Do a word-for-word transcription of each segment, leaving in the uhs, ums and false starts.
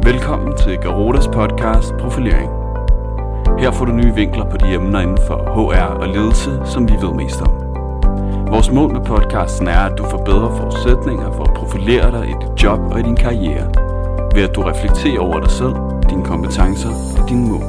Velkommen til Garotas podcast Profilering. Her får du nye vinkler på de emner inden for H R og ledelse, som vi ved mest om. Vores mål med podcasten er, at du får bedre forudsætninger for at profilere dig i dit job og i din karriere, ved at du reflekterer over dig selv, dine kompetencer og dine mål.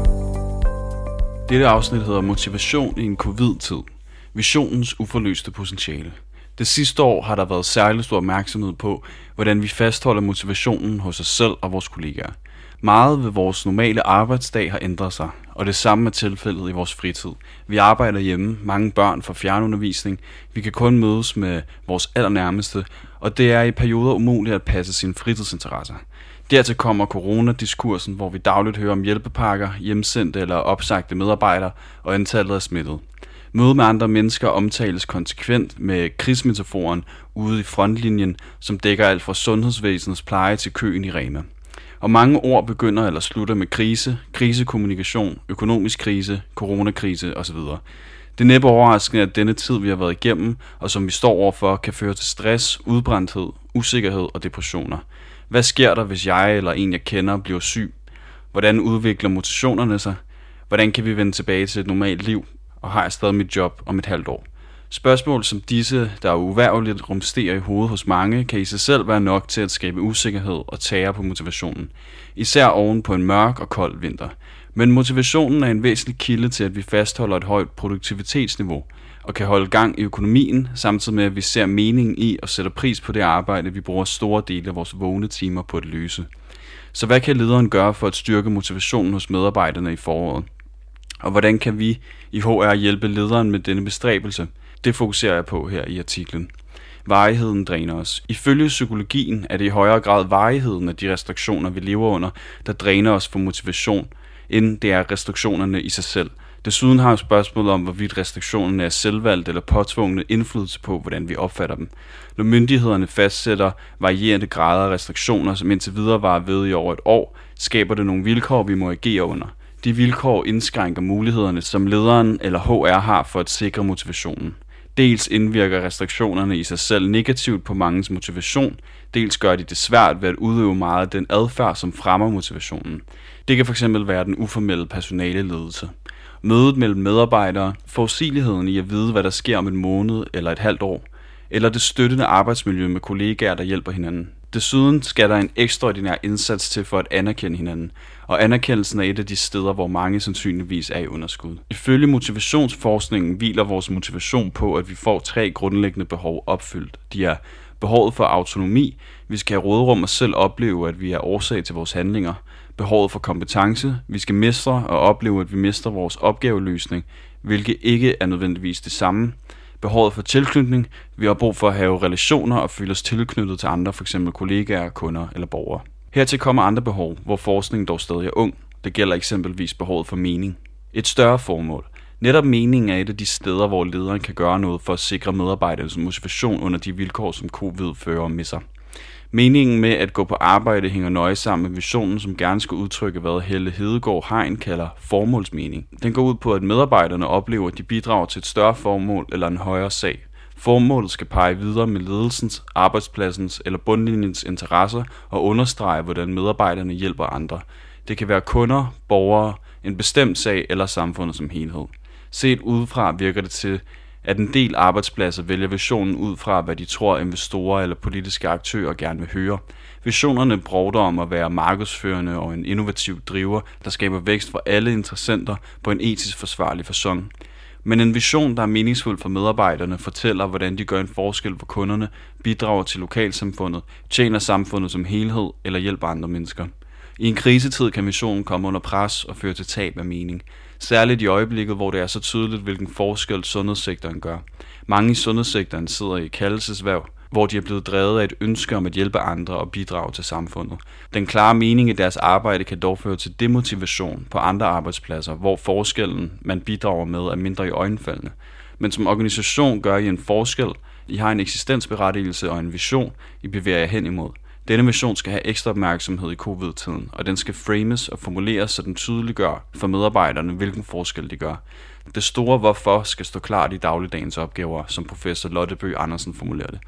Dette afsnit hedder Motivation i en covid-tid. Visionens uforløste potentiale. Det sidste år har der været særlig stor opmærksomhed på, hvordan vi fastholder motivationen hos os selv og vores kollegaer. Meget ved vores normale arbejdsdag har ændret sig, og det samme er tilfældet i vores fritid. Vi arbejder hjemme, mange børn får fjernundervisning, vi kan kun mødes med vores allernærmeste, og det er i perioder umuligt at passe sine fritidsinteresser. Dertil kommer coronadiskursen, hvor vi dagligt hører om hjælpepakker, hjemsendte eller opsagte medarbejdere og antallet af smittede. Møde med andre mennesker omtales konsekvent med krigsmetaforen ude i frontlinjen, som dækker alt fra sundhedsvæsenets pleje til køen i Rema. Og mange ord begynder eller slutter med krise, krisekommunikation, økonomisk krise, coronakrise osv. Det er næppe overraskende, at denne tid, vi har været igennem, og som vi står overfor, kan føre til stress, udbrændthed, usikkerhed og depressioner. Hvad sker der, hvis jeg eller en, jeg kender, bliver syg? Hvordan udvikler mutationerne sig? Hvordan kan vi vende tilbage til et normalt liv? Og har jeg stadig mit job om et halvt år? Spørgsmål som disse, der er uværligt rumsterer i hovedet hos mange, kan i sig selv være nok til at skabe usikkerhed og tære på motivationen. Især oven på en mørk og kold vinter. Men motivationen er en væsentlig kilde til, at vi fastholder et højt produktivitetsniveau og kan holde gang i økonomien, samtidig med at vi ser mening i og sætter pris på det arbejde, vi bruger store dele af vores vågne timer på at løse. Så hvad kan lederen gøre for at styrke motivationen hos medarbejderne i foråret? Og hvordan kan vi i H R hjælpe lederen med denne bestræbelse? Det fokuserer jeg på her i artiklen. Varigheden dræner os. Ifølge psykologien er det i højere grad varigheden af de restriktioner, vi lever under, der dræner os for motivation, end det er restriktionerne i sig selv. Desuden har jeg spørgsmålet om, hvorvidt restriktionerne er selvvalgt eller påtvungne indflydelse på, hvordan vi opfatter dem. Når myndighederne fastsætter varierende grader af restriktioner, som indtil videre varer ved i over et år, skaber det nogle vilkår, vi må agere under. De vilkår indskrænker mulighederne, som lederen eller H R har for at sikre motivationen. Dels indvirker restriktionerne i sig selv negativt på mangens motivation, dels gør de det svært ved at udøve meget af den adfærd, som fremmer motivationen. Det kan fx være den uformelle personaleledelse. Mødet mellem medarbejdere, forudsigeligheden i at vide, hvad der sker om en måned eller et halvt år, eller det støttende arbejdsmiljø med kollegaer, der hjælper hinanden. Desuden skal der en ekstraordinær indsats til for at anerkende hinanden, og anerkendelsen er et af de steder, hvor mange sandsynligvis er i underskud. Ifølge motivationsforskningen hviler vores motivation på, at vi får tre grundlæggende behov opfyldt. De er behovet for autonomi, vi skal have råderum og selv opleve, at vi er årsag til vores handlinger. Behovet for kompetence, vi skal mestre og opleve, at vi mestrer vores opgaveløsning, hvilket ikke er nødvendigvis det samme. Behovet for tilknytning, vi har brug for at have relationer og føle os tilknyttet til andre, f.eks. kollegaer, kunder eller borgere. Hertil kommer andre behov, hvor forskningen dog stadig er ung. Det gælder eksempelvis behovet for mening. Et større formål. Netop meningen er et af de steder, hvor lederen kan gøre noget for at sikre medarbejdernes motivation under de vilkår, som covid fører med sig. Meningen med at gå på arbejde hænger nøje sammen med visionen, som gerne skal udtrykke, hvad Helle Hedegaard Hein kalder formålsmening. Den går ud på, at medarbejderne oplever, at de bidrager til et større formål eller en højere sag. Formålet skal pege videre med ledelsens, arbejdspladsens eller bundlinjens interesser og understrege, hvordan medarbejderne hjælper andre. Det kan være kunder, borgere, en bestemt sag eller samfundet som helhed. Set udefra virker det til, at en del arbejdspladser vælger visionen ud fra, hvad de tror, investorer eller politiske aktører gerne vil høre. Visionerne brovder om at være markedsførende og en innovativ driver, der skaber vækst for alle interessenter på en etisk forsvarlig facon. Men en vision, der er meningsfuld for medarbejderne, fortæller, hvordan de gør en forskel for kunderne, bidrager til lokalsamfundet, tjener samfundet som helhed eller hjælper andre mennesker. I en krisetid kan visionen komme under pres og føre til tab af mening. Særligt i øjeblikket, hvor det er så tydeligt, hvilken forskel sundhedssektoren gør. Mange i sundhedssektoren sidder i kaldelsesværv, hvor de er blevet drevet af et ønske om at hjælpe andre og bidrage til samfundet. Den klare mening i deres arbejde kan dog føre til demotivation på andre arbejdspladser, hvor forskellen, man bidrager med, er mindre i øjenfaldende. Men som organisation gør I en forskel. I har en eksistensberettigelse og en vision, I bevæger jer hen imod. Denne vision skal have ekstra opmærksomhed i covid-tiden, og den skal frames og formuleres, så den tydeliggør for medarbejderne, hvilken forskel de gør. Det store hvorfor skal stå klart i dagligdagens opgaver, som professor Lotte Bøgh Andersen formulerer det.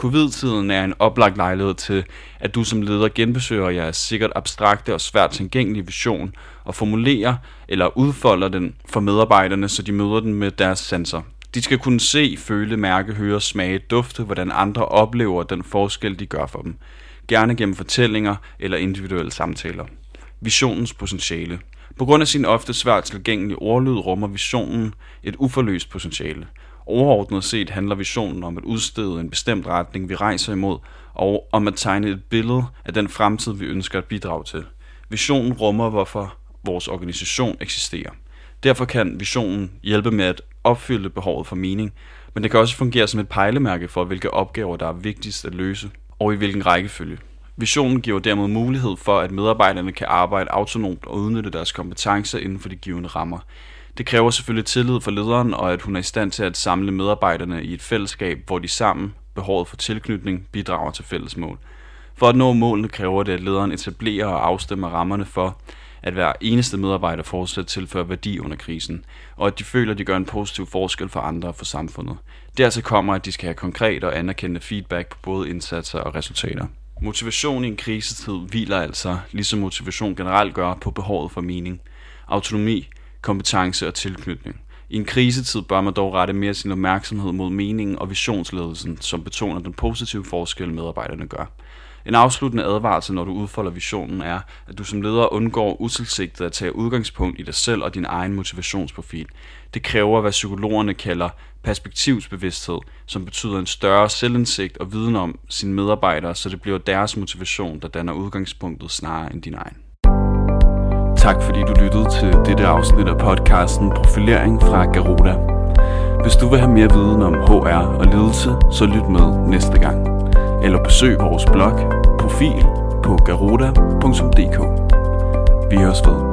Covid-tiden er en oplagt lejlighed til, at du som leder genbesøger jeres sikkert abstrakte og svært tilgængelige vision og formulerer eller udfolder den for medarbejderne, så de møder den med deres sanser. De skal kunne se, føle, mærke, høre, smage, dufte, hvordan andre oplever den forskel, de gør for dem. Gerne gennem fortællinger eller individuelle samtaler. Visionens potentiale. På grund af sin ofte svært tilgængelige ordlyd rummer visionen et uforløst potentiale. Overordnet set handler visionen om at udstede en bestemt retning, vi rejser imod, og om at tegne et billede af den fremtid, vi ønsker at bidrage til. Visionen rummer, hvorfor vores organisation eksisterer. Derfor kan visionen hjælpe med at opfylde behovet for mening, men det kan også fungere som et pejlemærke for, hvilke opgaver, der er vigtigst at løse, og i hvilken rækkefølge. Visionen giver dermed mulighed for, at medarbejderne kan arbejde autonomt og udnytte deres kompetencer inden for de givne rammer. Det kræver selvfølgelig tillid for lederen, og at hun er i stand til at samle medarbejderne i et fællesskab, hvor de sammen, behovet for tilknytning, bidrager til fælles mål. For at nå målene kræver det, at lederen etablerer og afstemmer rammerne for, at hver eneste medarbejder fortsat tilfører værdi under krisen, og at de føler, at de gør en positiv forskel for andre og for samfundet. Dertil kommer, at de skal have konkret og anerkendende feedback på både indsatser og resultater. Motivation i en krisetid hviler altså, ligesom motivation generelt gør, på behovet for mening, autonomi, kompetence og tilknytning. I en krisetid bør man dog rette mere sin opmærksomhed mod meningen og visionsledelsen, som betoner den positive forskel, medarbejderne gør. En afsluttende advarsel, når du udfolder visionen, er, at du som leder undgår utilsigtet at tage udgangspunkt i dig selv og din egen motivationsprofil. Det kræver, hvad psykologerne kalder perspektivsbevidsthed, som betyder en større selvindsigt og viden om sine medarbejdere, så det bliver deres motivation, der danner udgangspunktet snarere end din egen. Tak fordi du lyttede til dette afsnit af podcasten Profilering fra Garuda. Hvis du vil have mere viden om H R og ledelse, så lyt med næste gang. Eller besøg vores blog Profil på garuda punktum d k. Vi høres ved.